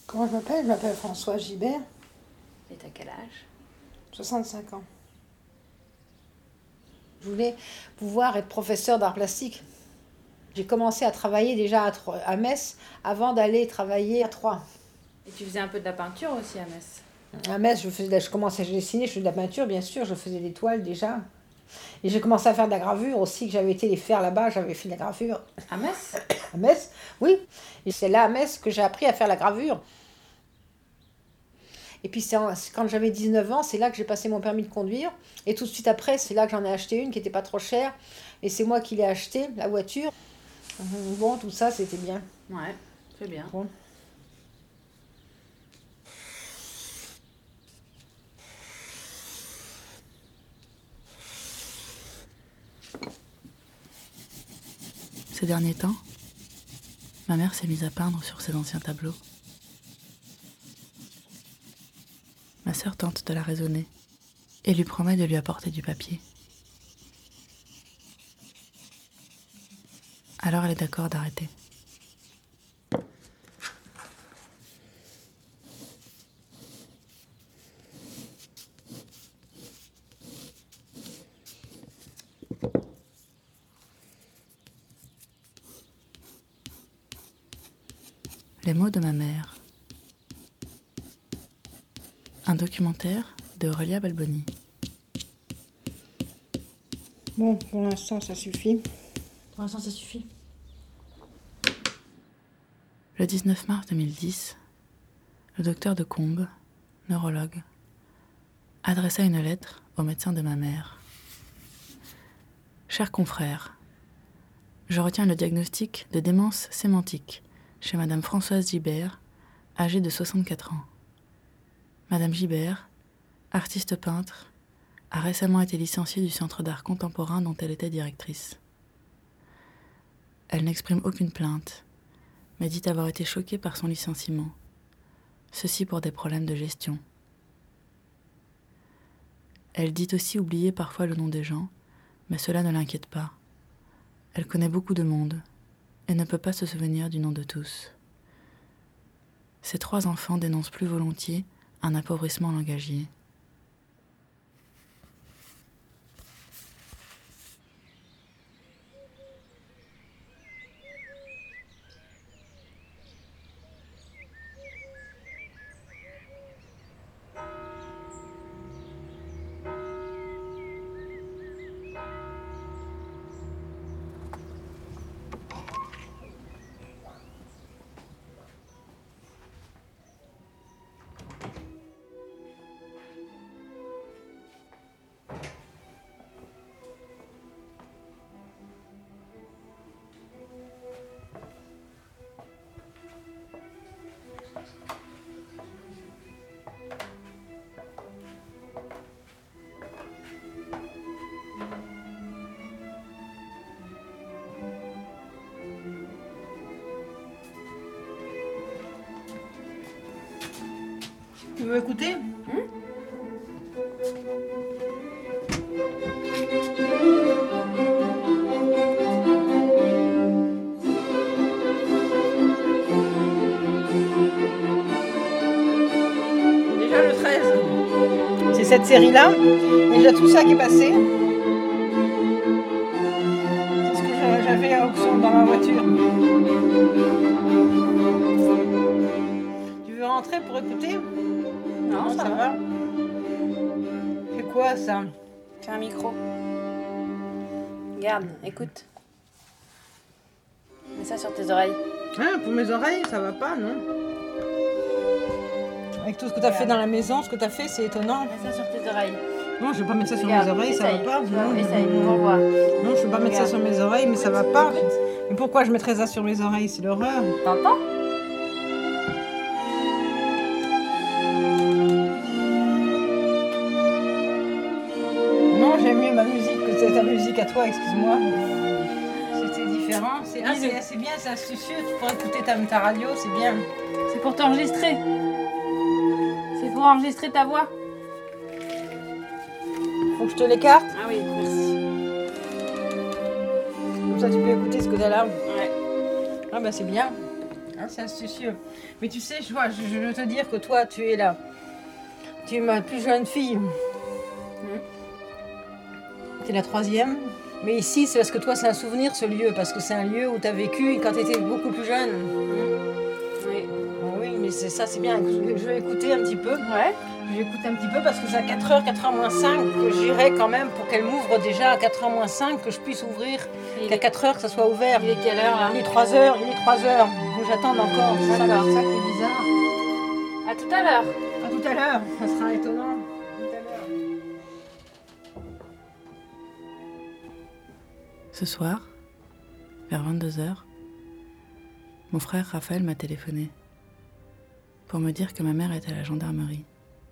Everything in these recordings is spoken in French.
Comment je m'appelle? Je m'appelle Françoise Gibert, Et t'as quel âge? 65 ans. Je voulais pouvoir être professeur d'art plastique. J'ai commencé à travailler déjà à Metz avant d'aller travailler à Troyes. Et tu faisais un peu de la peinture aussi à Metz? À Metz, je commençais à dessiner, je faisais de la peinture, bien sûr, je faisais des toiles déjà. Et j'ai commencé à faire de la gravure aussi, que j'avais été les faire là-bas, j'avais fait de la gravure. À Metz? À Metz, oui. Et c'est là à Metz que j'ai appris à faire la gravure. Et puis quand j'avais 19 ans, c'est là que j'ai passé mon permis de conduire. Et tout de suite après, c'est là que j'en ai acheté une qui n'était pas trop chère. Et c'est moi qui l'ai achetée, la voiture. Bon, tout ça, c'était bien. Ouais, c'est bien. Bon. Ces derniers temps, ma mère s'est mise à peindre sur ses anciens tableaux. Ma sœur tente de la raisonner et lui promet de lui apporter du papier. Alors elle est d'accord d'arrêter. Les mots de ma mère. Un documentaire de Aurélia Balboni. Bon, pour l'instant, ça suffit. Pour l'instant, ça suffit. Le 19 mars 2010, le docteur de Combes, neurologue, adressa une lettre au médecin de ma mère. Chers confrères, je retiens le diagnostic de démence sémantique chez Madame Françoise Gibert, âgée de 64 ans. Madame Gibert, artiste peintre, a récemment été licenciée du Centre d'art contemporain dont elle était directrice. Elle n'exprime aucune plainte, mais dit avoir été choquée par son licenciement. Ceci pour des problèmes de gestion. Elle dit aussi oublier parfois le nom des gens, mais cela ne l'inquiète pas. Elle connaît beaucoup de monde et ne peut pas se souvenir du nom de tous. Ses 3 enfants dénoncent plus volontiers un appauvrissement langagier. Tu veux écouter? Déjà le 13. C'est cette série-là. Déjà tout ça qui est passé. C'est ce que j'avais à Auxon dans ma voiture. Tu veux rentrer pour écouter? Non, ça va. C'est quoi ça? C'est un micro. Regarde, écoute. Mets ça sur tes oreilles. Hein, pour mes oreilles, ça va pas, non? Avec tout ce que t'as fait dans la maison, ce que t'as fait, c'est étonnant. Mets ça sur tes oreilles. Non, je vais pas mettre ça sur Regarde, mes oreilles, ça va essaye. pas. Tu vois, Non, essaye, on voit. non, je vais pas mettre ça Regarde. sur mes oreilles, mais ça va pas. Écoute. Mais pourquoi je mettrais ça sur mes oreilles? C'est l'horreur. T'entends? Non, j'aime mieux ma musique que c'est ta musique à toi, excuse-moi. C'était différent. C'est bien, c'est astucieux. Tu pourrais écouter ta radio, c'est bien. C'est pour t'enregistrer. C'est pour enregistrer ta voix. Faut que je te l'écarte. Ah oui, merci. Comme ça, tu peux écouter ce que t'as là. Ouais. Ah bah c'est bien. Hein, c'est astucieux. Mais tu sais, je veux te dire que toi, tu es là. Tu es ma plus jeune fille. Tu es la 3e. Mais ici, c'est parce que toi, c'est un souvenir, ce lieu. Parce que c'est un lieu où tu as vécu quand tu étais beaucoup plus jeune. Oui. Ah oui, mais c'est ça, c'est bien. Je vais écouter un petit peu. Ouais. Je vais écouter un petit peu parce que c'est à 4h, 4h moins 5 que j'irai quand même pour qu'elle m'ouvre déjà à 4h moins 5, que je puisse ouvrir, qu'à 4h que ça soit ouvert. Il est quelle heure là? Il est 3h, il est 3h. Donc j'attends encore. C'est ça, D'accord. c'est ça qui est bizarre. À tout à l'heure. À tout à l'heure, ça sera étonnant. Tout à l'heure. Ce soir, vers 22h, mon frère Raphaël m'a téléphoné pour me dire que ma mère est à la gendarmerie.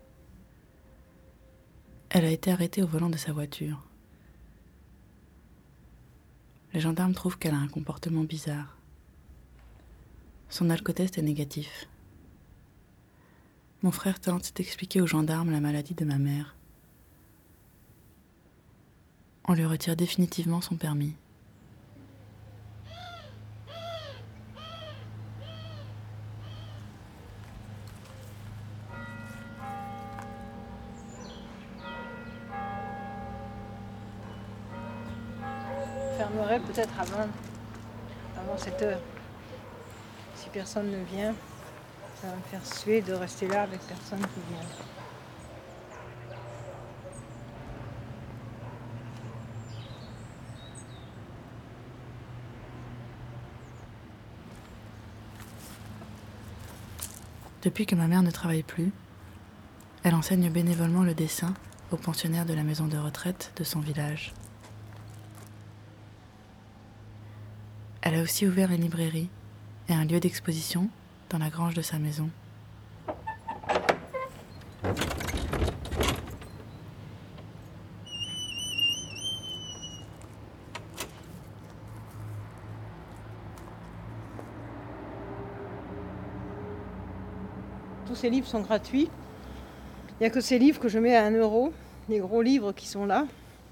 Elle a été arrêtée au volant de sa voiture. Les gendarmes trouvent qu'elle a un comportement bizarre. Son alcotest est négatif. Mon frère tente d'expliquer aux gendarmes la maladie de ma mère. On lui retire définitivement son permis. Je fermerai peut-être avant 7h. Si personne ne vient, ça va me faire suer de rester là avec personne qui vient. Depuis que ma mère ne travaille plus, elle enseigne bénévolement le dessin aux pensionnaires de la maison de retraite de son village. Elle a aussi ouvert une librairie et un lieu d'exposition dans la grange de sa maison. Tous ces livres sont gratuits. Il n'y a que ces livres que je mets à 1 €, les gros livres qui sont là.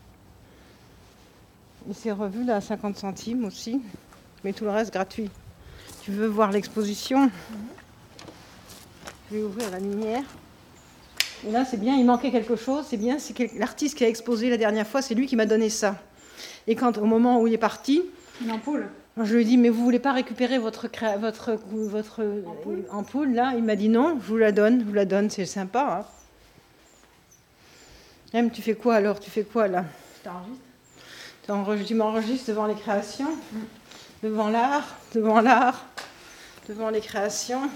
Et ces revues là à 50 centimes aussi, mais tout le reste gratuit. Tu veux voir l'exposition? Je vais ouvrir la lumière. Et là c'est bien, il manquait quelque chose, c'est bien, c'est que l'artiste qui a exposé la dernière fois, c'est lui qui m'a donné ça. Et quand au moment où il est parti, Une ampoule. je lui ai dit, mais vous voulez pas récupérer votre ampoule là? Il m'a dit non, je vous la donne, c'est sympa. Hein. Même, tu fais quoi alors? Tu fais quoi là? Je t'enregistre. Tu m'enregistres devant les créations, devant l'art, devant les créations.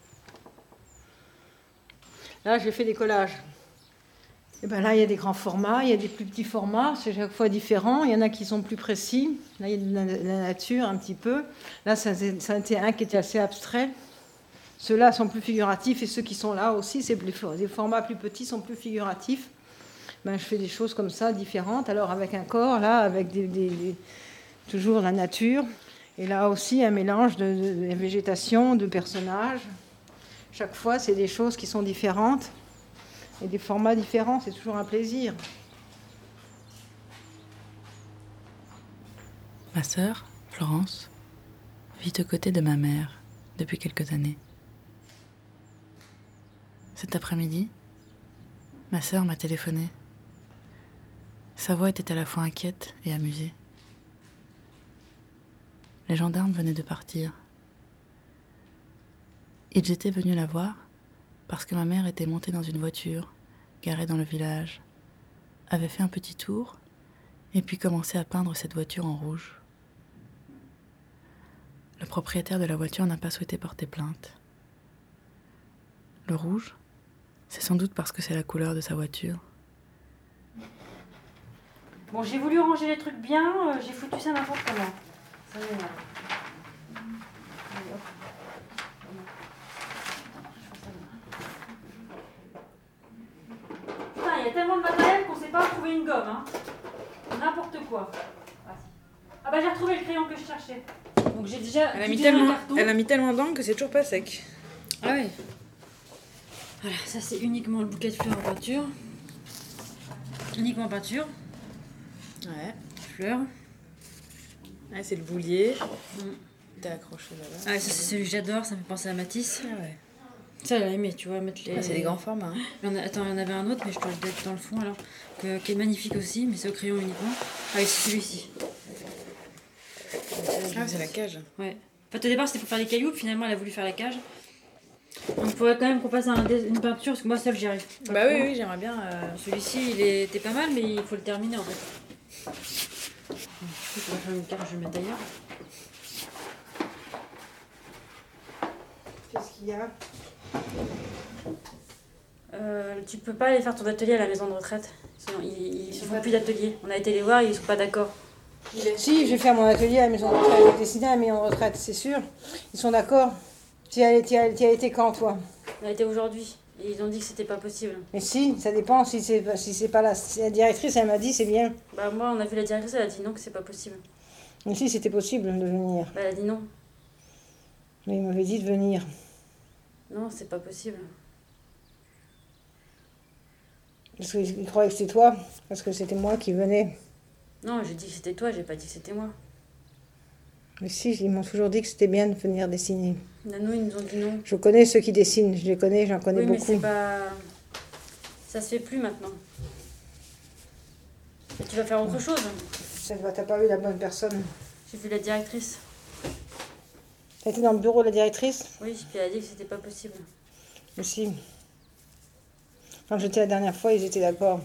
Là, j'ai fait des collages. Et ben là, il y a des grands formats, il y a des plus petits formats, c'est chaque fois différent. Il y en a qui sont plus précis. Là, il y a de la nature un petit peu. Là, ça a été un qui était assez abstrait. Ceux-là sont plus figuratifs et ceux qui sont là aussi, des formats plus petits sont plus figuratifs. Ben, je fais des choses comme ça, différentes. Alors avec un corps, là, avec toujours la nature. Et là aussi, un mélange de végétation, de personnages. Chaque fois, c'est des choses qui sont différentes. Et des formats différents, c'est toujours un plaisir. Ma sœur, Florence, vit aux côtés de ma mère depuis quelques années. Cet après-midi, ma sœur m'a téléphoné. Sa voix était à la fois inquiète et amusée. Les gendarmes venaient de partir. Ils étaient venus la voir parce que ma mère était montée dans une voiture, garée dans le village, avait fait un petit tour et puis commençait à peindre cette voiture en rouge. Le propriétaire de la voiture n'a pas souhaité porter plainte. Le rouge, c'est sans doute parce que c'est la couleur de sa voiture. Bon, j'ai voulu ranger les trucs bien, j'ai foutu ça n'importe comment. Ça m'énerve. Allez, hop. Putain, il y a tellement de matériel qu'on sait pas trouver une gomme, hein. N'importe quoi. Ah bah j'ai retrouvé le crayon que je cherchais. Donc j'ai déjà Elle a mis tellement d'encre que c'est toujours pas sec. Ah oui. Voilà, ça c'est uniquement le bouquet de fleurs en peinture. Uniquement peinture. Ouais. Fleurs. Ouais, c'est le boulier. T'es accroché là-bas. Ah, ça c'est celui que j'adore, ça me fait penser à Matisse. Ah ouais. Ça, elle a aimé, tu vois, mettre les... Ah, c'est des grands formats. Hein. Attends, il y en avait un autre, mais je te le donne dans le fond alors, qui est magnifique aussi, mais c'est au crayon uniquement. Ah oui, c'est celui-ci. Ah, c'est la cage. Ouais. En fait, au départ, c'était pour faire les cailloux, puis finalement, elle a voulu faire la cage. Donc, il faudrait quand même qu'on fasse une peinture, parce que moi, seule, j'y arrive. Bah oui, j'aimerais bien. Celui-ci, il était pas mal, mais il faut le terminer en fait. Je vais faire une carte, je vais le mettre d'ailleurs. Qu'est-ce qu'il y a? Tu peux pas aller faire ton atelier à la maison de retraite. Sinon, ils font plus d'atelier. On a été les voir, ils sont pas d'accord. Si, je vais faire mon atelier à la maison de retraite. Je vais dessiner à la maison de retraite, c'est sûr. Ils sont d'accord. Tu as été quand, toi? On a été aujourd'hui. Et ils ont dit que c'était pas possible. Mais si, ça dépend. Si c'est pas la directrice, elle m'a dit, c'est bien. Bah moi, on a vu la directrice, elle a dit non, que c'est pas possible. Mais si, c'était possible de venir. Bah elle a dit non. Mais il m'avait dit de venir. Non, c'est pas possible. Parce qu'il croyait que c'était toi. Parce que c'était moi qui venais. Non, j'ai dit que c'était toi, j'ai pas dit que c'était moi. Mais si, ils m'ont toujours dit que c'était bien de venir dessiner. Nous, ils nous ont dit non. Je connais ceux qui dessinent, je les connais, j'en connais Oui, mais beaucoup. c'est pas... Ça se fait plus maintenant. Et tu vas faire autre chose. T'as pas eu la bonne personne. J'ai vu la directrice. T'as été dans le bureau de la directrice? Oui, puis elle a dit que c'était pas possible. Mais si. Quand j'étais la dernière fois, ils étaient d'accord.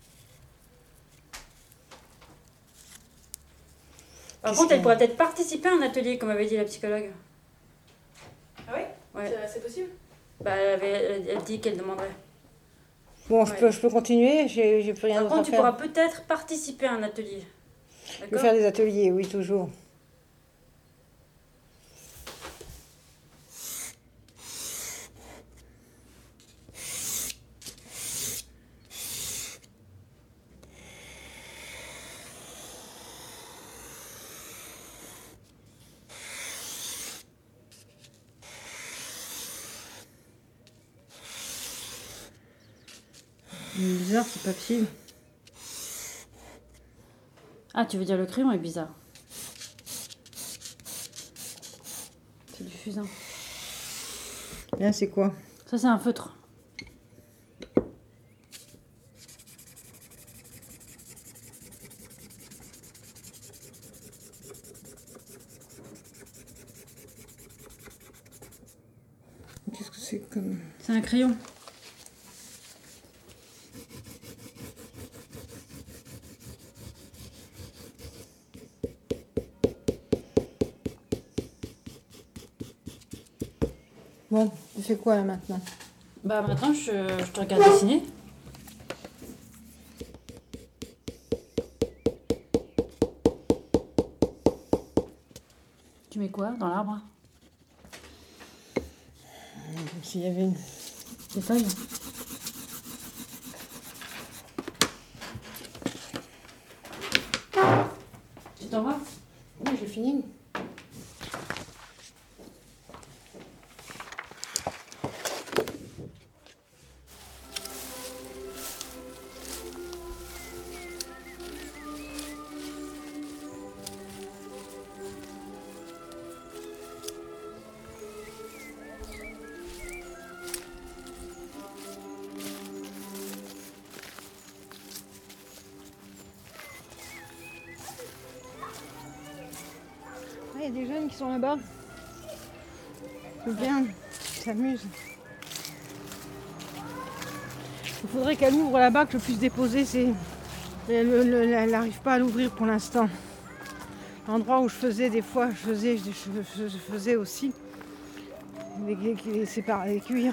Par contre, elle pourrait peut-être participer à un atelier, comme avait dit la psychologue. Ah oui? Ouais. C'est possible? Bah, elle dit qu'elle demanderait. Bon, Ouais. je peux continuer, j'ai plus rien Par d'autre à contre, tu faire. pourras peut-être participer à un atelier. Je peux D'accord? faire des ateliers, oui, toujours. Bizarre ce papier. Ah, tu veux dire le crayon est bizarre. C'est du fusain. Là, c'est quoi? Ça, c'est un feutre. Qu'est-ce que c'est comme... C'est un crayon. Bon, tu fais quoi là maintenant? Bah, maintenant, je te regarde dessiner. Tu mets quoi dans l'arbre? Comme s'il y avait Des feuilles. Tu t'en vas? Oui, j'ai fini. Il y a des jeunes qui sont là-bas. C'est bien, ils s'amusent. Il faudrait qu'elle ouvre là-bas, que je puisse déposer. Elle n'arrive pas à l'ouvrir pour l'instant. L'endroit où je faisais des fois, je faisais aussi les cuirs.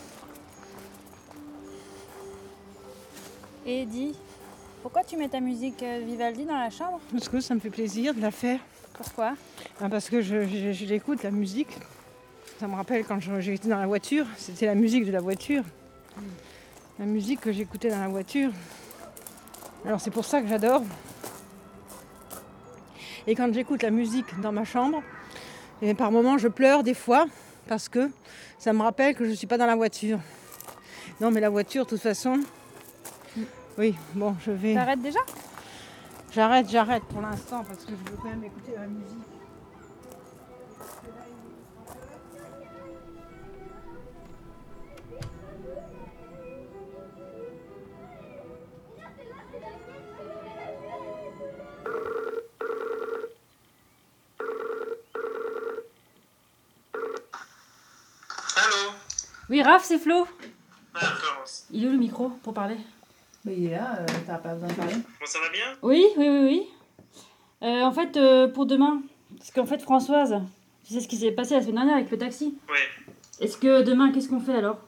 Et Eddie, pourquoi tu mets ta musique Vivaldi dans la chambre? Parce que ça me fait plaisir de la faire. Pourquoi? Parce que je l'écoute, la musique. Ça me rappelle quand j'étais dans la voiture, c'était la musique de la voiture. La musique que j'écoutais dans la voiture. Alors c'est pour ça que j'adore. Et quand j'écoute la musique dans ma chambre, et par moments je pleure des fois parce que ça me rappelle que je ne suis pas dans la voiture. Non mais la voiture de toute façon, oui, bon je vais... T'arrêtes déjà? J'arrête pour l'instant parce que je veux quand même écouter la musique. Oui, Raph, c'est Flo. Ah, commence. Il est où le micro pour parler? Bah, il est là, t'as pas besoin de parler. Bon, ça va bien? Oui. En fait, pour demain, parce qu'en fait, Françoise, tu sais ce qui s'est passé la semaine dernière avec le taxi? Ouais. Est-ce que demain, qu'est-ce qu'on fait alors?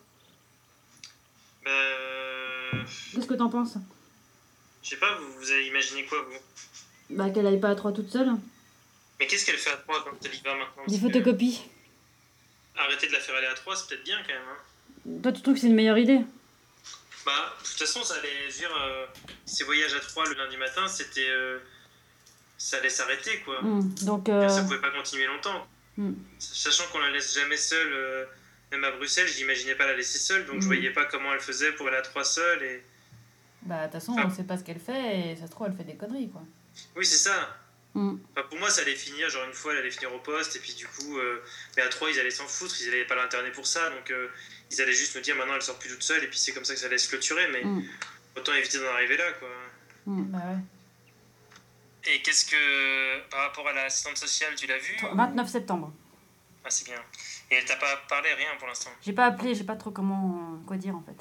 Je Qu'est-ce que t'en penses? sais pas, vous avez imaginé quoi, vous? Bah, qu'elle aille pas à 3 toute seule. Mais qu'est-ce qu'elle fait à 3 quand elle y va maintenant? Des Parce que photocopies. arrêter de la faire aller à 3, c'est peut-être bien quand même, hein. Toi, tu trouves que c'est une meilleure idée? Bah, de toute façon, ça allait, je veux dire, ces voyages à 3 le lundi matin, c'était... ça allait s'arrêter, quoi. Donc, Ça pouvait pas continuer longtemps. Mm. Sachant qu'on la laisse jamais seule, même à Bruxelles, j'imaginais pas la laisser seule, donc je voyais pas comment elle faisait pour aller à 3 seule, et... Bah, de toute façon, on sait pas ce qu'elle fait et ça se trouve, elle fait des conneries, quoi. Oui, c'est ça. Mm. Enfin, pour moi, ça allait finir, genre une fois, elle allait finir au poste, et puis du coup, mais à 3, ils allaient s'en foutre, ils allaient pas l'interner pour ça, donc ils allaient juste me dire maintenant elle sort plus toute seule, et puis c'est comme ça que ça allait se clôturer, mais autant éviter d'en arriver là, quoi. Bah ouais. Et qu'est-ce que, par rapport à l'assistante sociale, tu l'as vue? 29 septembre. Ah, c'est bien. Et elle t'a pas parlé, rien pour l'instant? J'ai pas appelé, j'ai pas trop quoi dire en fait.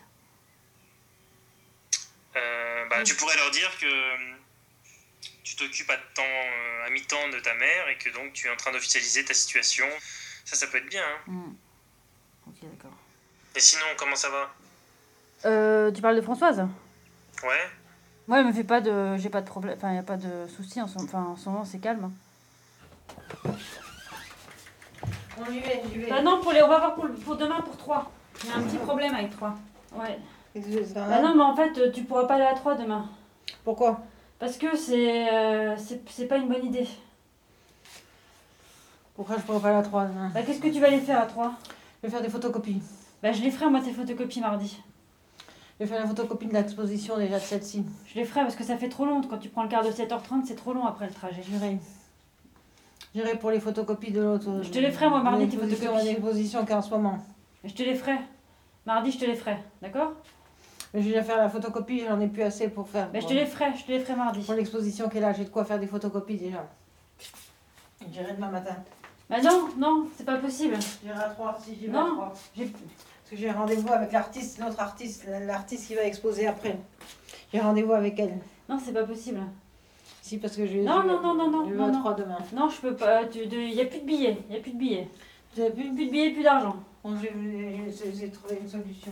Bah, tu pourrais leur dire que tu t'occupes à mi-temps de ta mère et que donc tu es en train d'officialiser ta situation. Ça peut être bien, hein. Ok, d'accord. Et sinon, comment ça va? Tu parles de Françoise? Ouais. Moi, elle me fait pas de... J'ai pas de problème... Enfin, y a pas de soucis en ce moment, c'est calme. On y va, j'y vais. Bah non, on va voir pour demain pour 3. Il y a un petit problème avec 3. Ouais. Bah non, mais en fait, tu pourras pas aller à 3 demain. Pourquoi? Parce que c'est pas une bonne idée. Pourquoi je pourrais pas aller à 3 demain? Bah qu'est-ce que tu vas aller faire à 3? Je vais faire des photocopies. Bah je les ferai moi tes photocopies mardi. Je vais faire la photocopie de l'exposition déjà de celle-ci. Je les ferai parce que ça fait trop long. Quand tu prends le quart de 7h30, c'est trop long après le trajet. J'irai pour les photocopies de l'autre. Je te les ferai moi mardi tes photocopies. L'exposition qui est en ce moment. Je te les ferai. Mardi je te les ferai, d'accord? Mais je vais déjà faire la photocopie, j'en ai plus assez pour faire. Bah je te les ferai mardi. Pour l'exposition qui est là, j'ai de quoi faire des photocopies déjà. J'irai demain matin. Bah non, c'est pas possible. J'irai à 3 si j'y vais Non. à 3. Parce que j'ai rendez-vous avec l'artiste, l'autre artiste, l'artiste qui va exposer après. J'ai rendez-vous avec elle. Non, c'est pas possible. Si, parce que je vais Non. je vais à 3 demain. Non, je peux pas. Il y a plus de billets. Vous avez plus? Plus de billets, plus d'argent. Bon, j'ai trouvé une solution.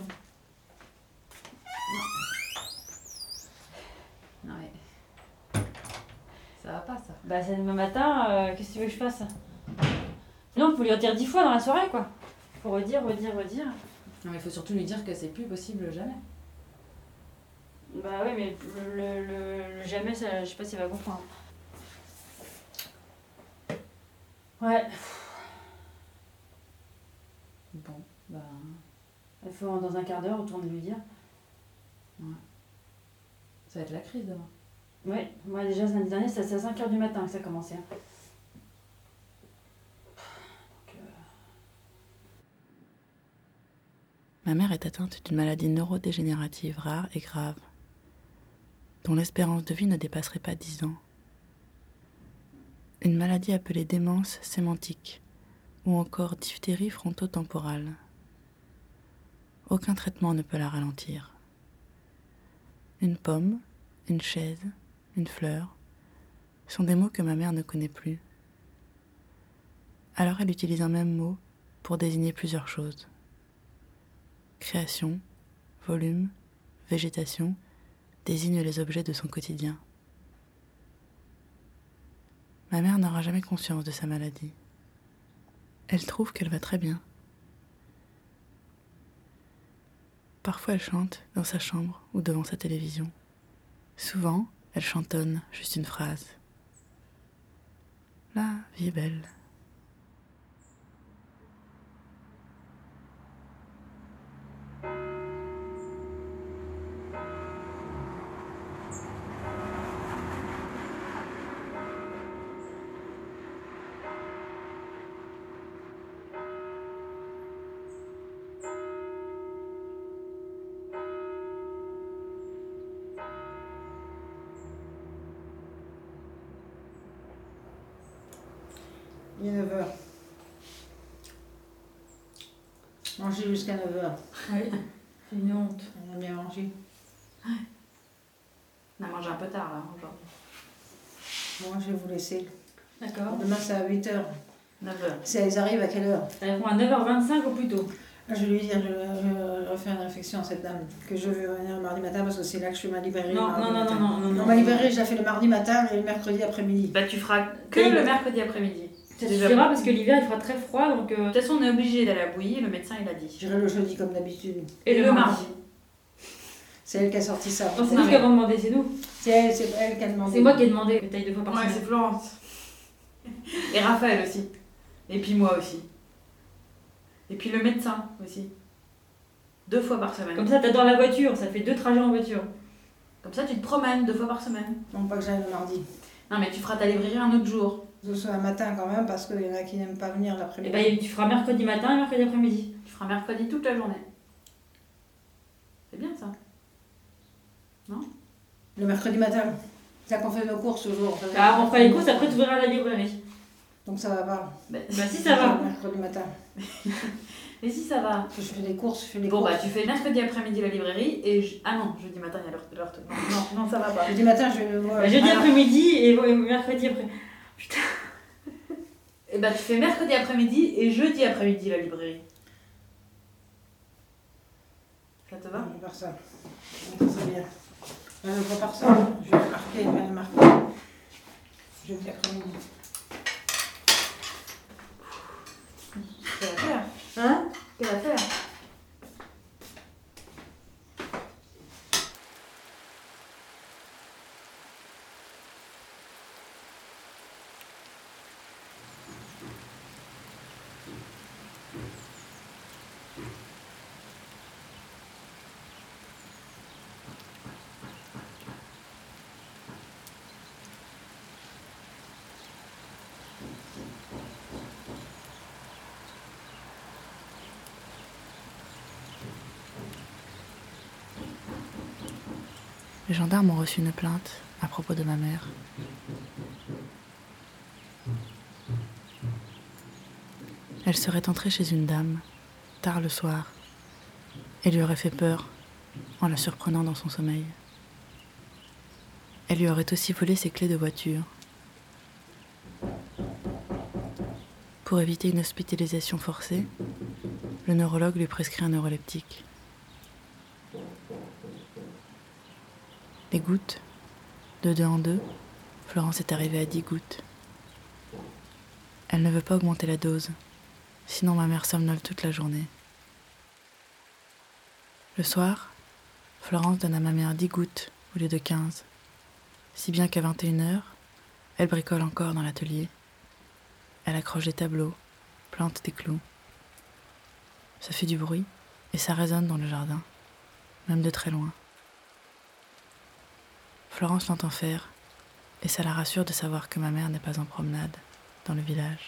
Ouais. Ça va pas, ça. Bah c'est demain matin, qu'est-ce que tu veux que je fasse? Non, faut lui redire 10 fois dans la soirée, quoi. Faut redire. Non, mais il faut surtout lui dire que c'est plus possible jamais. Bah ouais, mais le jamais, ça, je sais pas s'il va comprendre. Ouais. Bon, bah... Il faut dans un quart d'heure retourner lui dire. Ouais. Ça va être la crise demain. Ouais, moi déjà samedi dernier, c'est à 5h du matin que ça a commencé. Ma mère est atteinte d'une maladie neurodégénérative rare et grave, dont l'espérance de vie ne dépasserait pas 10 ans. Une maladie appelée démence sémantique, ou encore diphtérie frontotemporale. Aucun traitement ne peut la ralentir. Une pomme, une chaise, une fleur, sont des mots que ma mère ne connaît plus. Alors elle utilise un même mot pour désigner plusieurs choses. Création, volume, végétation désignent les objets de son quotidien. Ma mère n'aura jamais conscience de sa maladie. Elle trouve qu'elle va très bien. Parfois elle chante dans sa chambre ou devant sa télévision. Souvent, elle chantonne juste une phrase. La vie est belle. Il est 9h. Manger jusqu'à 9h. Oui, c'est une honte. On a bien mangé. On a mangé un peu tard là aujourd'hui. Bon, je vais vous laisser. D'accord. Demain, c'est à 8h. 9h. Si elles arrivent à quelle heure? Elles vont à 9h25 au plus tôt. Je vais lui dire, je refais une réflexion à cette dame, que je vais venir le mardi matin parce que c'est là que je fais ma librairie. Non, le mardi non, non, matin. non, non, non. Ma librairie, je la fais le mardi matin et le mercredi après-midi. Bah tu feras que Et le le- mercredi après-midi. Ça suffira parce que l'hiver il fera très froid donc. De toute façon on est obligé d'aller à Bouilly, le médecin il a dit. J'irai le jeudi comme d'habitude. Et le mardi. C'est elle qui a sorti ça. Non, c'est nous qui avons demandé, c'est nous. C'est elle qui a demandé. C'est moi qui ai demandé que tu ailles 2 fois par Ouais, semaine. c'est Florence. Et Raphaël aussi. Et puis moi aussi. Et puis le médecin aussi. 2 fois par semaine. Comme ça, t'adores la voiture, ça fait 2 trajets en voiture. Comme ça, tu te promènes 2 fois par semaine. Non, pas que j'aille le mardi. Non, mais tu feras ta librairie un autre jour. Ce soit un matin quand même parce qu'il y en a qui n'aiment pas venir Et l'après-midi. bah, tu feras mercredi matin et mercredi après-midi. Tu feras mercredi toute la journée. C'est bien ça. Le mercredi matin. C'est là qu'on fait nos courses toujours. Alors, on fera les courses, après tu ouvriras la librairie. Donc ça va pas. Bah, si ça va. Le mercredi matin. Et si ça va. Je fais des courses, je fais des Bon, courses. bah, tu fais mercredi après-midi la librairie et. Ah non, jeudi matin, il y a l'heure. Non, ça va pas. Jeudi matin, je vais le voir. Bah, jeudi après-midi et mercredi après. Et bah, tu fais mercredi après-midi et jeudi après-midi la librairie. Ça te va? Je vais faire ça. C'est bien. Je vais faire ça. Je vais marquer. Jeudi après-midi. Quelle affaire? Hein? Quelle affaire? Les gendarmes ont reçu une plainte à propos de ma mère. Elle serait entrée chez une dame, tard le soir, et lui aurait fait peur en la surprenant dans son sommeil. Elle lui aurait aussi volé ses clés de voiture. Pour éviter une hospitalisation forcée, le neurologue lui prescrit un neuroleptique. Les gouttes, de 2 en 2, Florence est arrivée à 10 gouttes. Elle ne veut pas augmenter la dose, sinon ma mère somnole toute la journée. Le soir, Florence donne à ma mère 10 gouttes au lieu de 15, si bien qu'à 21h, elle bricole encore dans l'atelier. Elle accroche des tableaux, plante des clous. Ça fait du bruit et ça résonne dans le jardin, même de très loin. Florence l'entend faire, et ça la rassure de savoir que ma mère n'est pas en promenade dans le village.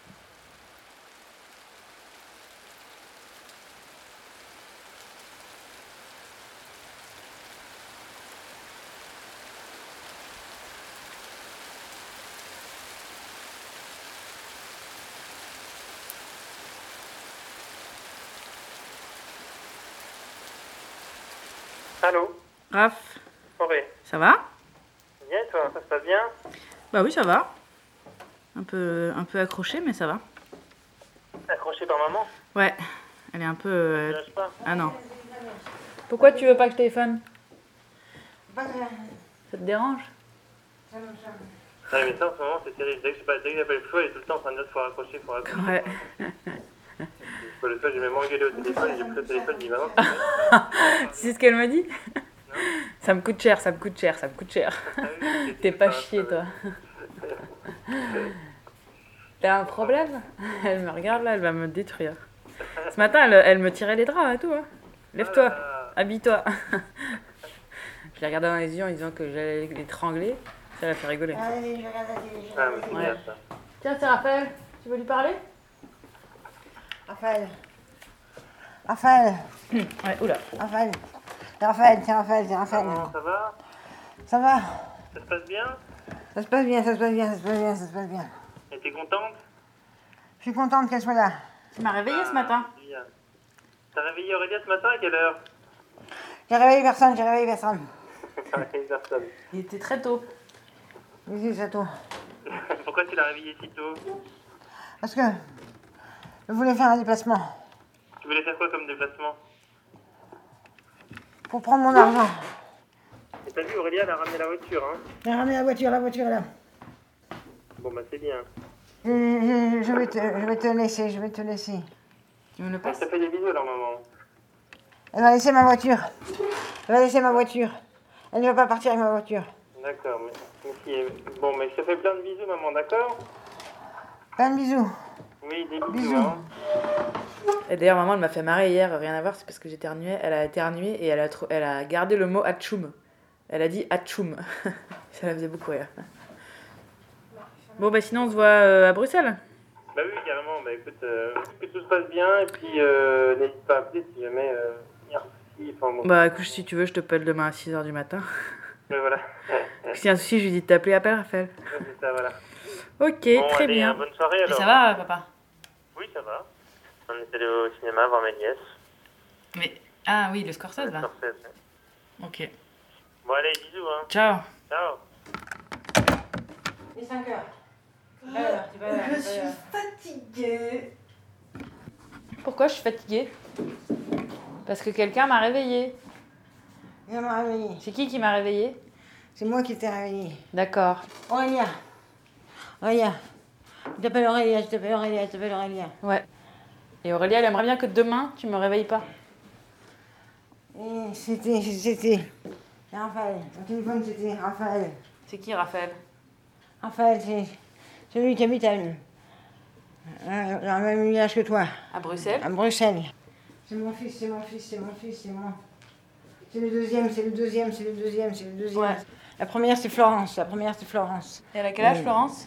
Allô? Raph, Auré. ça va? Bien, toi, ça se passe bien? Bah oui, ça va. Un peu accroché, mais ça va. Accroché par maman? Ouais, elle est un peu... Je lâche pas. Ah non. Pourquoi tu veux pas que je téléphone? Ça te dérange? Non, mais ça, en ce moment, c'est terrible. Dès que j'appelle Flo, elle est tout le temps en train de dire faut raccrocher, faut raccrocher. Ouais. Faut le faire, j'ai même engueulé au téléphone, j'ai pris le téléphone, j'ai dit maman, Tu sais ce qu'elle m'a dit? Ça me coûte cher. T'es pas chier, toi. T'as un problème? Elle me regarde là, elle va me détruire. Ce matin, elle me tirait les draps et tout. Hein. Lève-toi, habille-toi. Je l'ai regardé dans les yeux en disant que j'allais l'étrangler. Ça l'a fait rigoler. Ah, mais c'est Ouais. bien ça. Tiens, c'est Raphaël. Tu veux lui parler? Raphaël. Ouais, oula. Raphaël, tiens, Raphaël. Maman, ça va? Ça va? Ça se passe bien? Ça se passe bien. Et t'es contente? Je suis contente qu'elle soit là. Tu m'as réveillée ce matin. Bien. T'as réveillé Aurélia ce matin à quelle heure? J'ai réveillé personne, j'ai réveillé personne. T'as réveillé personne. Il était très tôt. Oui, c'est tout. Pourquoi tu l'as réveillé si tôt? Parce que je voulais faire un déplacement. Tu voulais faire quoi comme déplacement? Pour prendre mon argent. Et t'as vu, Aurélia, elle a ramené la voiture, hein? J'ai ramené la voiture est là. Bon, bah c'est bien. Je vais te laisser. Tu me le On passes? t'a fait des bisous, alors, maman. Elle va laisser ma voiture. Elle ne va pas partir avec ma voiture. D'accord, mais bon, mais je te fais plein de bisous, maman, d'accord? Plein de bisous. Oui, des bisous, Bisous. hein. Et d'ailleurs, maman, elle m'a fait marrer hier, rien à voir, c'est parce que j'éternuais. Elle a éternué et elle a gardé le mot atchoum. Elle a dit atchoum. Ça la faisait beaucoup rire. Bon, bah sinon, on se voit à Bruxelles. Bah oui, carrément. Bah écoute, que tout se passe bien, et puis n'hésite pas à appeler si jamais il y a un souci. Enfin, bon. Bah écoute, si tu veux, je t'appelle demain à 6h du matin. Mais voilà. S'il y a un souci, je lui dis de t'appeler, appelle Raphaël. Ouais, c'est ça, voilà. Ok, Bon, très allez, bien. bonne soirée Et alors. ça va, papa? Oui, ça va. On est allé au cinéma voir mes nièces. Mais... Ah oui, le Scorsese, là. Scorsese. Ok. Bon, allez, bisous, hein. Ciao. Ciao. Il est 5 heures. Je suis fatiguée. Pourquoi je suis fatiguée? Parce que quelqu'un m'a réveillée. Elle m'a réveillée. C'est qui m'a réveillée? C'est moi qui t'ai réveillée. D'accord. Aurélia. Je t'appelle Aurélia. Ouais. Et Aurélia, elle aimerait bien que demain, tu me réveilles pas. Et c'était Raphaël. Mon téléphone, c'était Raphaël. C'est qui, Raphaël? Raphaël, c'est celui qui habite dans le même village que toi, À Bruxelles? à Bruxelles. C'est mon fils. C'est le deuxième. Ouais. La première, c'est Florence. Et elle a quel âge, Florence?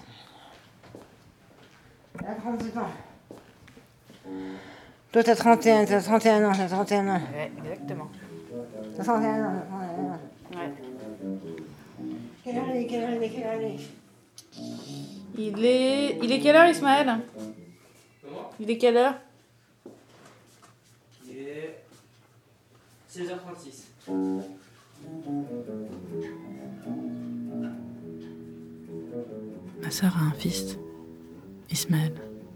Elle a 37 ans. Toi, t'as 31 ans. Ouais, exactement. T'as 31 ans. Ouais. Quelle heure il est Il est quelle heure, Ismaël? Comment? Il est quelle heure? Il est 16h36. Ma sœur a un fils, Ismaël.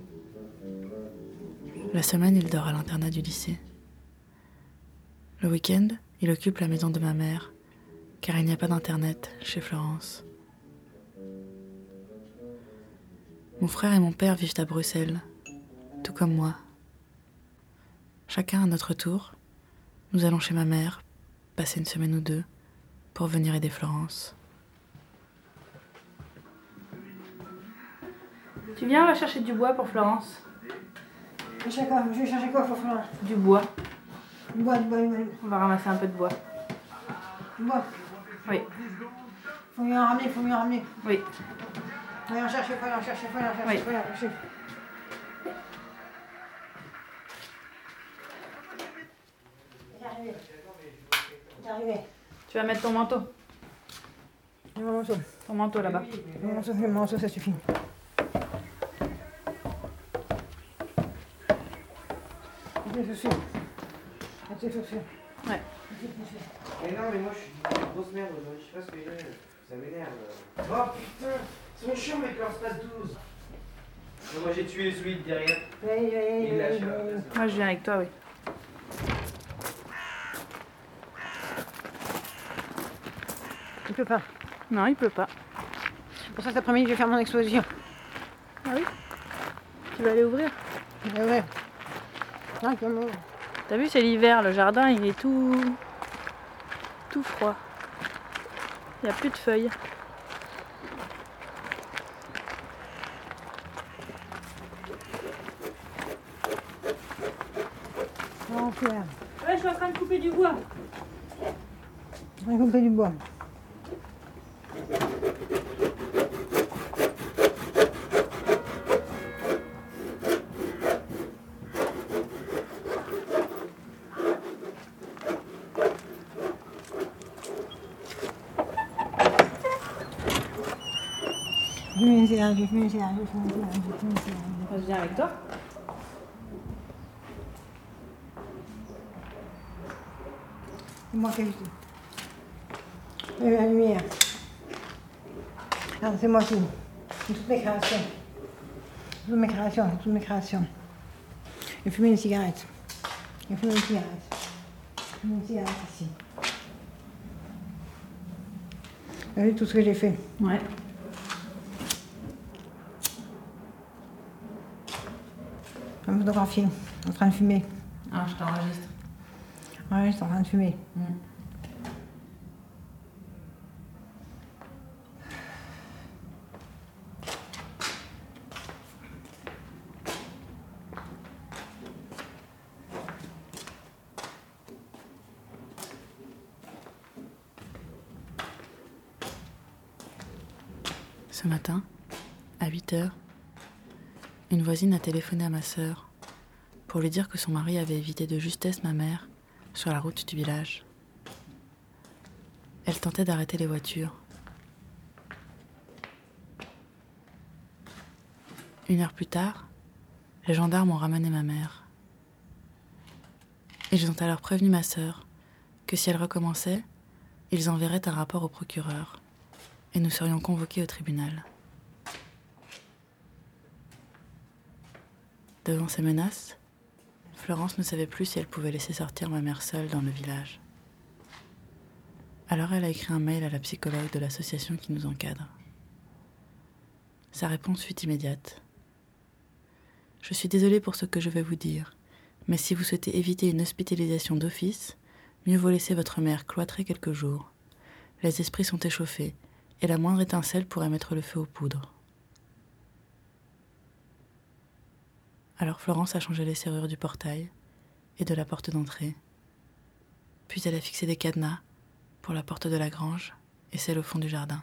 La semaine, il dort à l'internat du lycée. Le week-end, il occupe la maison de ma mère, car il n'y a pas d'internet chez Florence. Mon frère et mon père vivent à Bruxelles, tout comme moi. Chacun à notre tour, nous allons chez ma mère, passer une semaine ou deux, pour venir aider Florence. Tu viens, on va chercher du bois pour Florence. Je vais chercher quoi pour Florence? Du bois. Du bois. On va ramasser un peu de bois. Du bois. Oui. Faut mieux en ramener. Oui. Faut en chercher. Oui. C'est arrivé. Tu vas mettre ton manteau. Mon manteau. Ton manteau là-bas. Mon manteau, ça suffit. Tes chaussures. Ouais. Mais non, mais moi je suis une grosse merde aujourd'hui, je sais pas ce que j'ai, ça m'énerve. Oh putain, ils sont chiants mec, leur space 12. Non, moi j'ai tué celui de derrière. Il lâche. Moi, je viens avec toi, oui. Il peut pas. Non, il pleut pas. Pour ça, cet après-midi, je vais faire mon exposition. Ah oui? Tu vas aller ouvrir? Ouais. Non, comme... T'as vu, c'est l'hiver, le jardin, il est tout froid. Il n'y a plus de feuilles. Non, Pierre. Ouais, je suis en train de couper du bois. On va couper du bois. Je Je viens avec toi. C'est moi qui ai fait. Et la lumière. Alors, c'est moi qui. Toutes mes créations. Toutes mes créations, toutes mes créations. J'ai fumé une cigarette. J'ai fumé une cigarette. J'ai fumé une cigarette ici. Vous avez vu tout ce que j'ai fait? Ouais. Je me photographie, en train de fumer. Ah, je t'enregistre. Ouais, je suis en train de fumer. Ce matin, à 8 heures, une voisine a téléphoné à ma sœur pour lui dire que son mari avait évité de justesse ma mère sur la route du village. Elle tentait d'arrêter les voitures. 1 heure plus tard, les gendarmes ont ramené ma mère. Ils ont alors prévenu ma sœur que si elle recommençait, ils enverraient un rapport au procureur et nous serions convoqués au tribunal. Devant ces menaces, Florence ne savait plus si elle pouvait laisser sortir ma mère seule dans le village. Alors elle a écrit un mail à la psychologue de l'association qui nous encadre. Sa réponse fut immédiate. « Je suis désolée pour ce que je vais vous dire, mais si vous souhaitez éviter une hospitalisation d'office, mieux vaut laisser votre mère cloîtrer quelques jours. Les esprits sont échauffés, et la moindre étincelle pourrait mettre le feu aux poudres. » Alors Florence a changé les serrures du portail et de la porte d'entrée. Puis elle a fixé des cadenas pour la porte de la grange et celle au fond du jardin.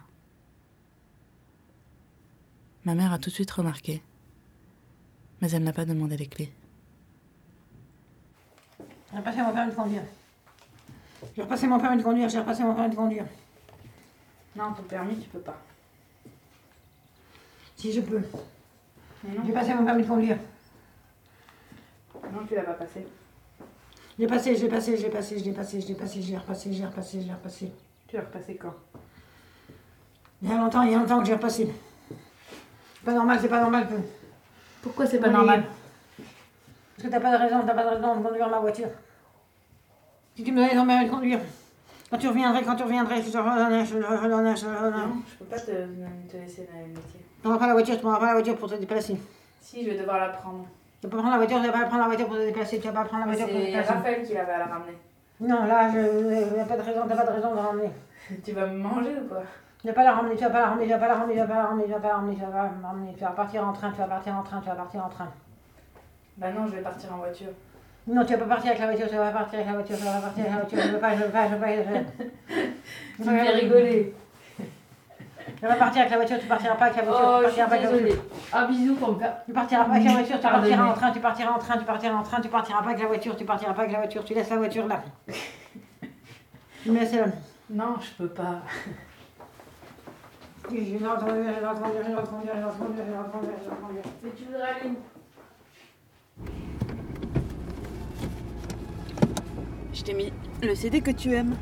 Ma mère a tout de suite remarqué, mais elle n'a pas demandé les clés. J'ai repassé mon permis de conduire. J'ai repassé mon permis de conduire, j'ai repassé mon permis de conduire. Non, ton permis, tu peux pas. Si je peux. Mais non, J'ai passé mon permis de conduire. non, tu l'as pas passé. Je l'ai passé, je l'ai passé, je l'ai passé, je l'ai passé, je l'ai passé, je l'ai repassé, je l'ai repassé, je l'ai repassé. Tu l'as repassé quand? Il y a longtemps que j'ai repassé. C'est pas normal que. Pourquoi c'est pas Oui. normal? Parce que t'as pas de raison de conduire ma voiture. Si tu me donnais ton permis de conduire, quand tu reviendrais, je te redonnais. Non, je peux pas te laisser le métier. Tu prendras pas la voiture pour te déplacer. Si, je vais devoir la prendre. Tu peux prendre la voiture, tu vas pas prendre la voiture pour te déplacer, tu vas pas prendre la voiture pour te C'est déplacer. Raphaël qui l'avait à la ramener. Non, là, t'as pas de raison de la ramener. Tu vas me manger ou quoi? Tu vas pas la ramener, tu vas pas la ramener. Tu vas partir en train. Bah non, je vais partir en voiture. Non, tu vas pas partir avec la voiture, Je veux pas. Tu me fais rigoler. Tu vas partir avec la voiture, tu partiras pas avec la voiture. Oh, Tu je suis partiras pas avec la voiture. désolée. Un bisou pour me faire. Tu partiras pas avec la voiture, tu partiras en Pardonnez. train, tu partiras pas avec la voiture, tu laisses la voiture là. Tu me laisses là. Non, je peux pas. Je vais reconduire. Mais tu voudrais aller où? Je t'ai mis le CD que tu aimes.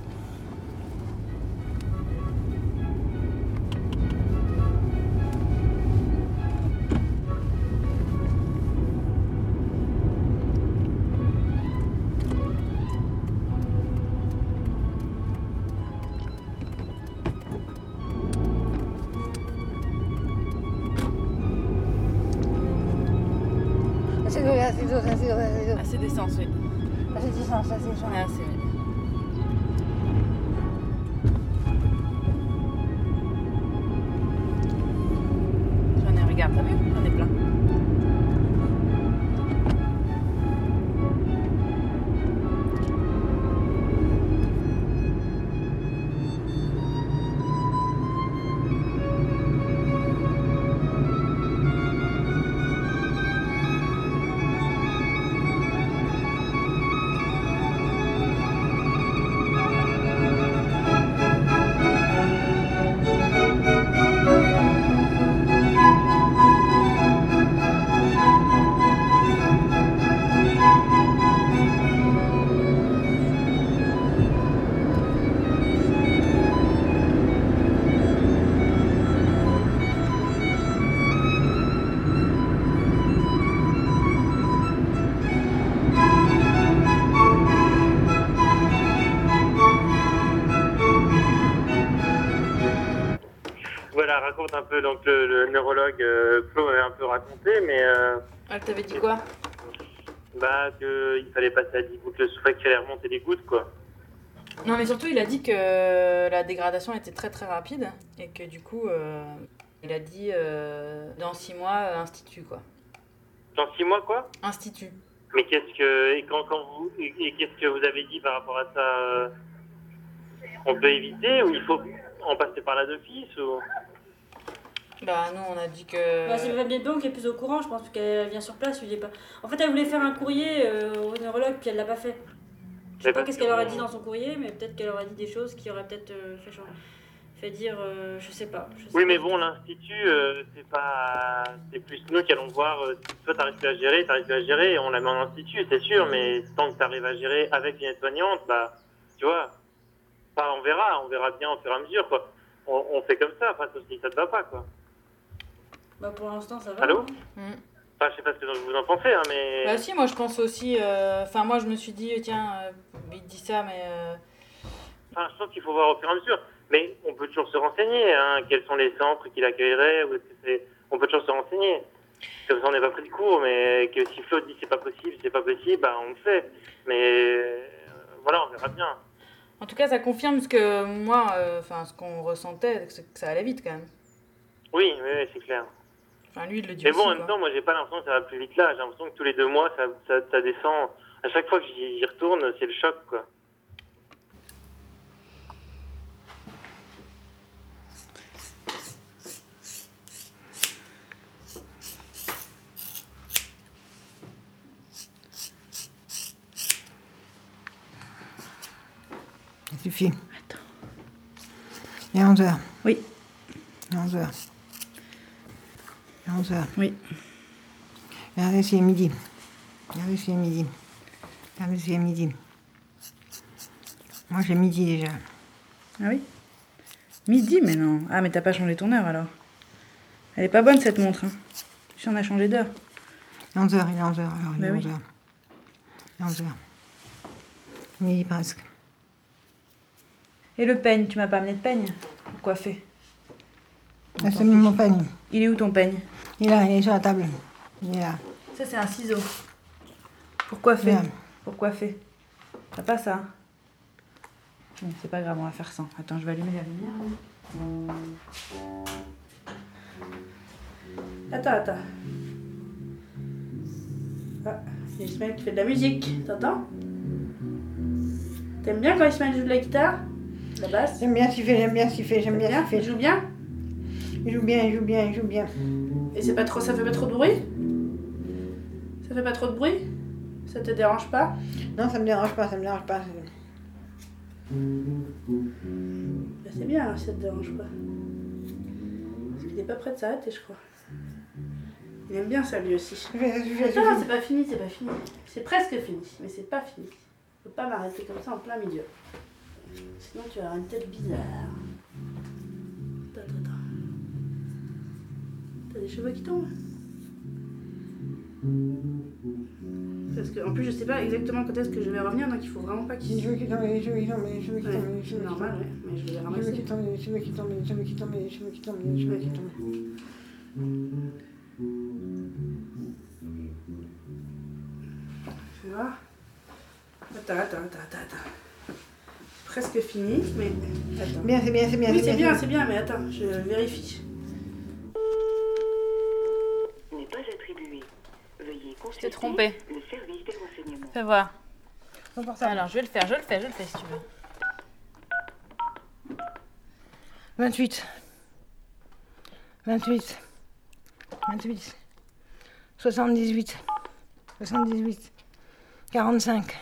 Assez d'essence, oui. Assez, oui. J'en ai, regarde, t'as vu? J'en ai plein. raconte un peu, donc le neurologue Flo m'avait un peu raconté, mais... Elle t'avait dit quoi? Bah, qu'il fallait passer à 10 gouttes le soufflet, qu'il fallait remonter les gouttes, quoi. Non, mais surtout, il a dit que la dégradation était très très rapide et que du coup, il a dit dans 6 mois, institut, quoi. Dans 6 mois, quoi? Institut. Mais qu'est-ce que vous avez dit par rapport à ça? On peut éviter ou il faut en passer par là d'office ou... Bah, nous, on a dit que... Bah, c'est Mme Biedon qui est plus au courant, je pense qu'elle vient sur place, lui, il est pas... En fait, elle voulait faire un courrier au neurologue, puis elle l'a pas fait. Je sais pas qu'est-ce qu'elle aurait dit dans son courrier, mais peut-être qu'elle aurait dit des choses qui auraient peut-être fait dire... je sais pas. Oui, mais bon, l'institut, c'est plus nous qui allons voir si toi t'arrives plus à gérer, et on la met en institut, c'est sûr, mais tant que t'arrives à gérer avec une aide-soignante, bah, tu vois, on verra bien au fur et à mesure, quoi. On fait comme ça, enfin, sauf si ça te va pas, quoi. Bah, pour l'instant, ça va. Allô? Hein. Enfin, je sais pas ce que vous en pensez, hein, mais... Bah si, moi je pense aussi... Enfin, moi je me suis dit, tiens, il dit ça, mais... Enfin, je pense qu'il faut voir au fur et à mesure. Mais on peut toujours se renseigner, hein, quels sont les centres qui l'accueilleraient, ou est-ce que c'est... On peut toujours se renseigner. Comme ça, on n'est pas pris de cours, mais que si Flo dit c'est pas possible, bah on le fait. Mais voilà, on verra bien. En tout cas, ça confirme ce que moi, ce qu'on ressentait, que ça allait vite quand même. Oui, c'est clair. Enfin, lui, il le dit mais aussi, bon, en même temps, moi, j'ai pas l'impression que ça va plus vite là. J'ai l'impression que tous les 2 mois, ça descend. À chaque fois que j'y retourne, c'est le choc, quoi. Ça suffit. Attends. Il est 11h. Oui. Il est 11h. Il est 11h. Oui. Regardez s'il est midi. Regardez s'il est midi. Regardez s'il est midi. Moi, j'ai midi déjà. Ah oui? Midi, mais non. Ah, mais t'as pas changé ton heure, alors. Elle est pas bonne, cette montre, hein. Si on a changé d'heure. Il est 11h, il est 11h, alors il est Bah 11h. oui. Il est 11h. Midi presque. Et le peigne, tu m'as pas amené de peigne pour coiffer? Là, c'est mon peigne. Il est où ton peigne? Il est là, il est sur la table. Il est là. Ça, c'est un ciseau. Pour coiffer. Là. Pour coiffer. T'as pas ça? Bon, c'est pas grave, on va faire sans. Attends, je vais allumer la lumière. Attends. Ah, il y a Ismaël qui fait de la musique, t'entends? T'aimes bien quand Ismaël joue de la guitare? La basse? J'aime bien ce qu'il fait, j'aime bien ce qu'il fait, j'aime bien ce qu'il Il fait. joue bien? Il joue bien, il joue bien, il joue bien. Et c'est pas trop, ça fait pas trop de bruit? Ça fait pas trop de bruit? Ça te dérange pas? Non, ça me dérange pas, ça me dérange pas. Bah, c'est bien alors si ça te dérange pas. Parce qu'il est pas prêt de s'arrêter, je crois. Il aime bien ça lui aussi. Attends, c'est pas fini, c'est pas fini. C'est presque fini, mais c'est pas fini. Faut pas m'arrêter comme ça en plein milieu. Sinon tu vas avoir une tête bizarre. Attends. T'as des cheveux qui tombent? Parce que en plus je sais pas exactement quand est-ce que je vais revenir, donc il faut vraiment pas qu'il... Les cheveux qui tombent, les cheveux qui tombent, les cheveux qui tombent, les cheveux C'est qui normal, tombent. ouais, mais je vais les Les cheveux ramasser. qui tombent, les cheveux qui tombent, les cheveux qui tombent, les cheveux qui tombent, les cheveux qui tombent. Tu vois? Attends. Presque fini, mais... Attends. Bien, c'est bien, c'est bien. Oui, c'est bien, mais attends, je vérifie. N'est pas attribué. Veuillez consulter t'es trompé. le service des renseignements. Fais voir. Alors, je vais le faire si tu veux. 28. 78. 45.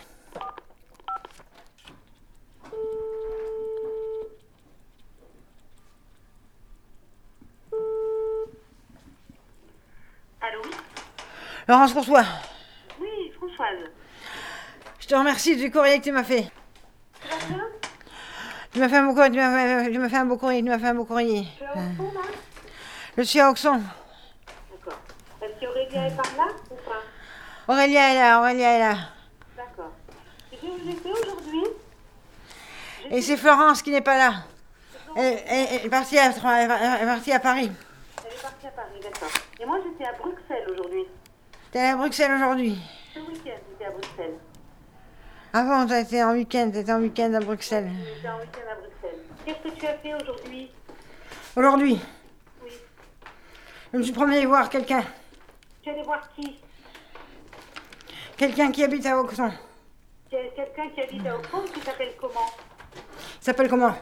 Allô, oui? Laurence Courtois, Oui, Françoise. je te remercie du courrier que tu m'as fait. Tu vas bien? Tu m'as fait un beau courrier, tu m'as fait un beau courrier. Tu es à Auxon, là? Je suis à Auxon. D'accord. Est-ce qu'Aurélia est par là ou pas? Aurélia est là. D'accord. Tu sais où j'étais aujourd'hui? Et c'est Florence qui n'est pas là. C'est Elle est partie à Paris. Elle est partie à Paris, d'accord. Et moi, j'étais à Bruxelles aujourd'hui. T'es à Bruxelles aujourd'hui? Ce week-end, j'étais à Bruxelles. Avant, t'étais en week-end à Bruxelles. J'étais en week-end à Bruxelles. Qu'est-ce que tu as fait aujourd'hui? Aujourd'hui? Oui. Je me suis promenée voir quelqu'un. Tu es allé voir qui? Quelqu'un qui habite à Auxon. Quelqu'un qui habite à Auxon, qui s'appelle comment? Il s'appelle comment?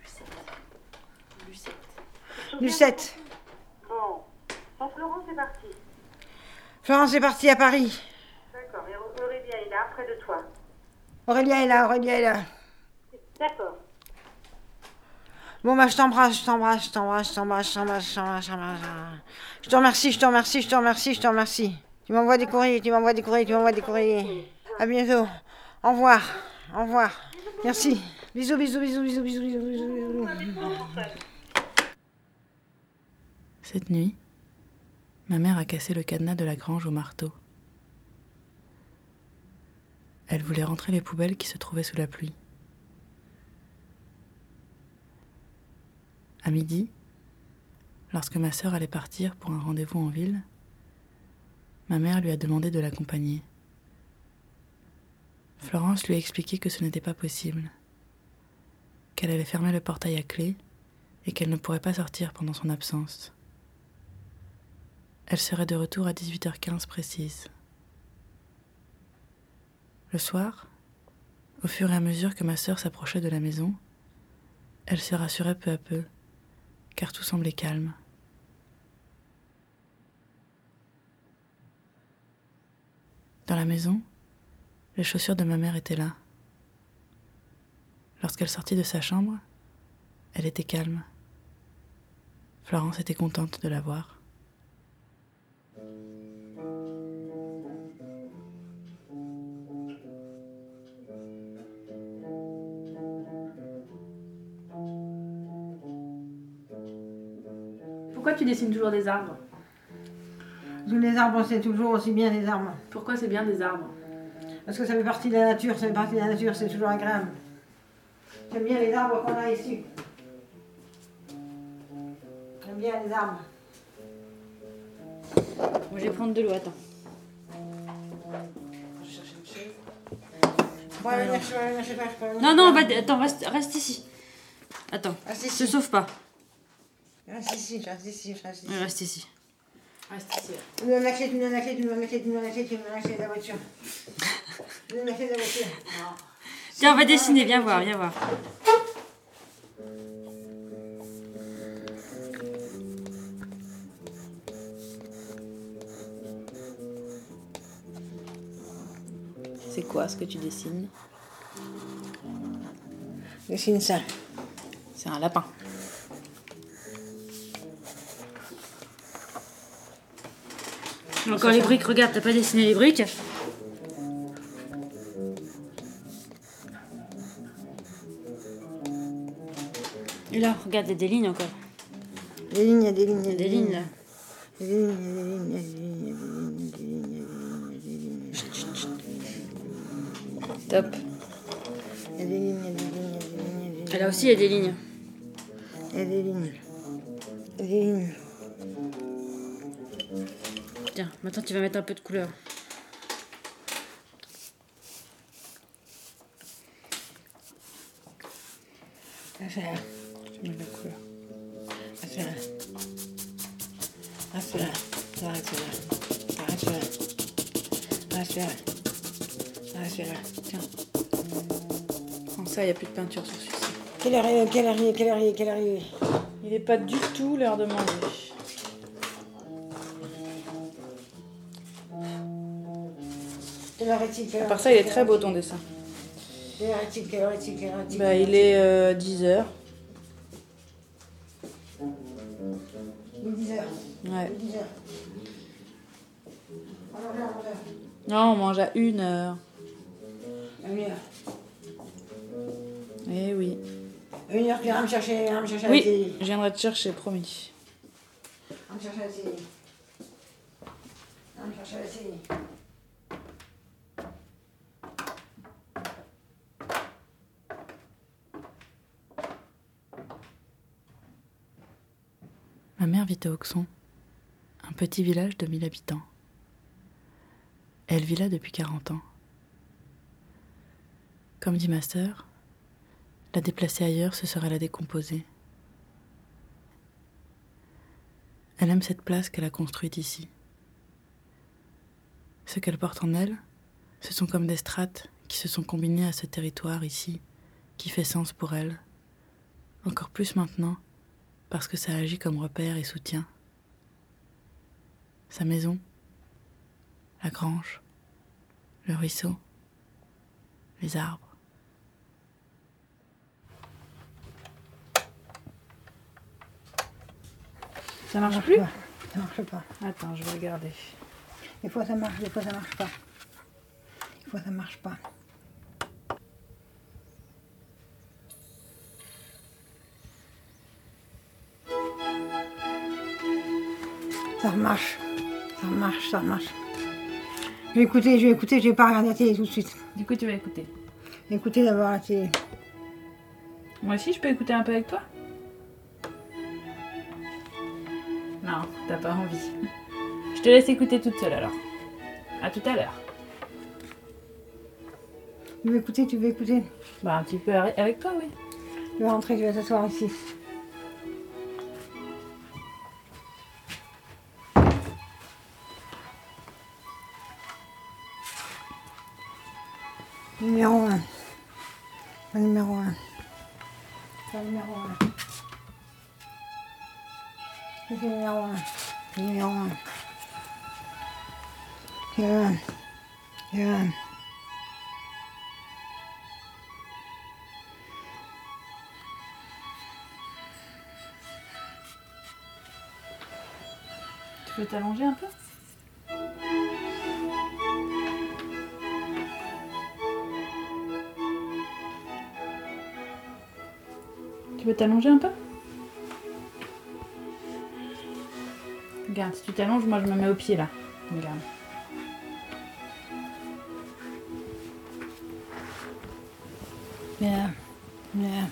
Lucette. Bon. Donc Florence est partie. Florence est partie à Paris. D'accord. Et Aurélia est là, près de toi. Aurélia est là. D'accord. Bon, bah, je t'embrasse. Je te remercie. Tu m'envoies des courriers. À bientôt. Au revoir. Merci. Bisous. Cette nuit, ma mère a cassé le cadenas de la grange au marteau. Elle voulait rentrer les poubelles qui se trouvaient sous la pluie. À midi, lorsque ma sœur allait partir pour un rendez-vous en ville, ma mère lui a demandé de l'accompagner. Florence lui a expliqué que ce n'était pas possible, qu'elle allait fermer le portail à clé et qu'elle ne pourrait pas sortir pendant son absence. Elle serait de retour à 18h15 précise. Le soir, au fur et à mesure que ma sœur s'approchait de la maison, elle se rassurait peu à peu, car tout semblait calme. Dans la maison, les chaussures de ma mère étaient là. Lorsqu'elle sortit de sa chambre, elle était calme. Florence était contente de la voir. Pourquoi tu dessines toujours des arbres? Parce que les arbres, c'est toujours aussi bien des arbres. Pourquoi c'est bien des arbres? Parce que ça fait partie de la nature, c'est toujours agréable. J'aime bien les arbres qu'on a ici. J'aime bien les arbres. Moi, je vais prendre de l'eau, attends. Je cherche une chaise. Bon, venir chez toi, je peux venir. Non, attends, reste ici. Attends, te sauve pas. Reste ici. Reste ici. Tu me donnes la clé, tu me donnes la clé de la voiture. Tu me donnes la clé de la voiture. Tiens, on va dessiner, viens voir. C'est quoi ce que tu dessines? Dessine ça. C'est un lapin. Encore les briques, regarde, t'as pas dessiné les briques? Et là, regarde, il y a des lignes encore. Des lignes, il y a des lignes. Il y a des lignes là. Top. Il y a des lignes. Et là aussi, il y a des lignes. Il y a des lignes. Tiens, maintenant tu vas mettre un peu de couleur. C'est là. Je mets de la couleur. C'est là. C'est là. Tiens. Sans ça, il n'y a plus de peinture sur celui-ci. Quelle heure est? Il n'est pas du tout l'heure de manger. Quelle heure est-il? À part ça, il est très beau ton dessin. Quelle heure est-il? Bah, il est 10h. 10h. Ouais. 10h. Non, on mange à 1h. À 1h. Eh oui. 1h, tu viens me chercher à la Oui, télé. je viendrai te chercher, promis. Viens me chercher à la télé. Ma mère vit à Auxon, un petit village de 1000 habitants. Elle vit là depuis 40 ans. Comme dit ma sœur, la déplacer ailleurs, ce serait la décomposer. Elle aime cette place qu'elle a construite ici. Ce qu'elle porte en elle, ce sont comme des strates qui se sont combinées à ce territoire ici, qui fait sens pour elle, encore plus maintenant, parce que ça agit comme repère et soutien. Sa maison, la grange, le ruisseau, les arbres. Ça marche plus? Ça marche pas. Attends, je vais regarder. Des fois ça marche, des fois ça marche pas. Des fois ça marche pas. Ça marche, ça marche, ça marche. Je vais écouter, je vais pas regarder la télé tout de suite. Du coup, tu vas écouter. Écoutez d'abord la télé. Moi aussi, je peux écouter un peu avec toi? Non, t'as pas envie. Je te laisse écouter toute seule alors. À tout à l'heure. Tu veux écouter, tu veux écouter. Bah, un petit peu avec toi, oui. Tu vas rentrer, tu vas t'asseoir ici. Numéro 1. Le numéro 1. Le numéro 1. C'est le numéro 1. Le numéro 1. C'est le 1. C'est le 1. Tu peux t'allonger un peu? Tu veux t'allonger un peu? Regarde, si tu t'allonges, moi je me mets au pied là. Regarde. Bien. Bien.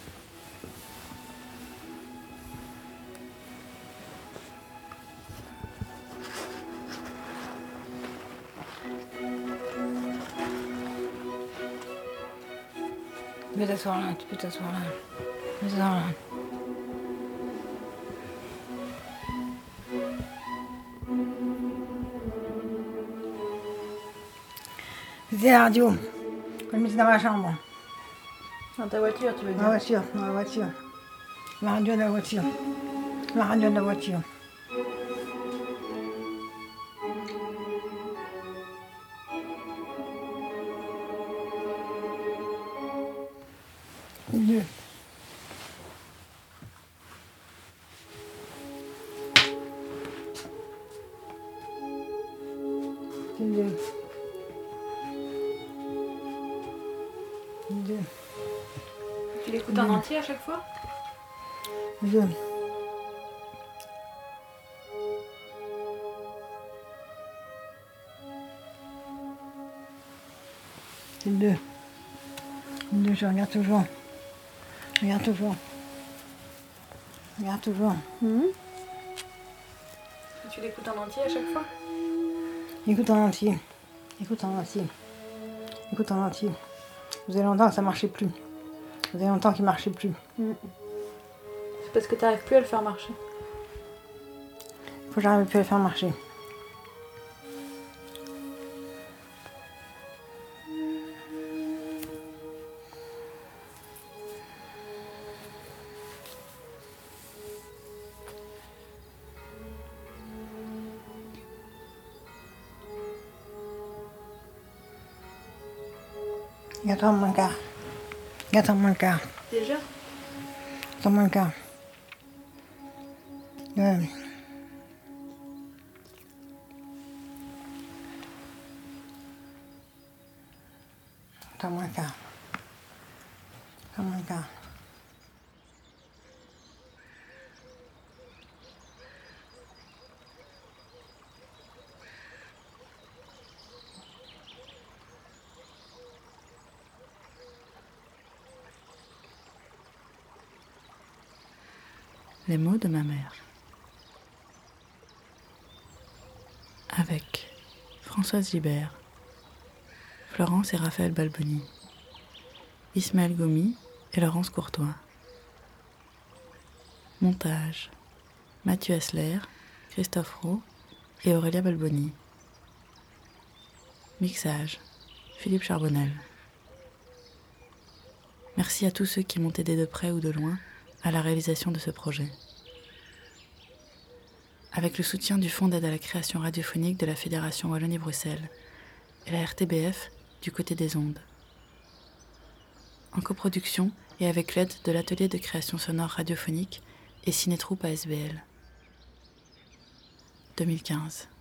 Tu peux t'asseoir là, tu peux t'asseoir là. Tu peux t'asseoir là. C'était la radio. Je l'ai mise dans ma chambre. Dans ta voiture, tu veux Dans dire? la voiture, dans la voiture. La radio de la voiture. La radio de la voiture. Deux. C'est deux. Deux. Tu l'écoutes en entier à chaque fois? Deux. C'est deux. Deux, je regarde toujours. Je regarde toujours. Je regarde toujours. Tu l'écoutes en entier à chaque fois? Écoute en entier. Écoute en entier. Écoute en entier. Vous avez longtemps que ça marchait plus. Vous avez longtemps qu'il marchait plus. C'est parce que t'arrives plus à le faire marcher. Faut que j'arrive plus à le faire marcher. Attends moins le quart. Attends moins le quart. Déjà? Attends moins le quart. Attends moins le quart. Attends moins le quart. Les mots de ma mère. avec Françoise Gibert, Florence et Raphaël Balboni, Ismaël Gomi et Laurence Courtois. Montage, Mathieu Assler, Christophe Roux et Aurélia Balboni. Mixage, Philippe Charbonnel. Merci à tous ceux qui m'ont aidé de près ou de loin à la réalisation de ce projet. Avec le soutien du Fonds d'aide à la création radiophonique de la Fédération Wallonie-Bruxelles et la RTBF du côté des ondes. En coproduction et avec l'aide de l'atelier de création sonore radiophonique et Cinétroupe ASBL. 2015.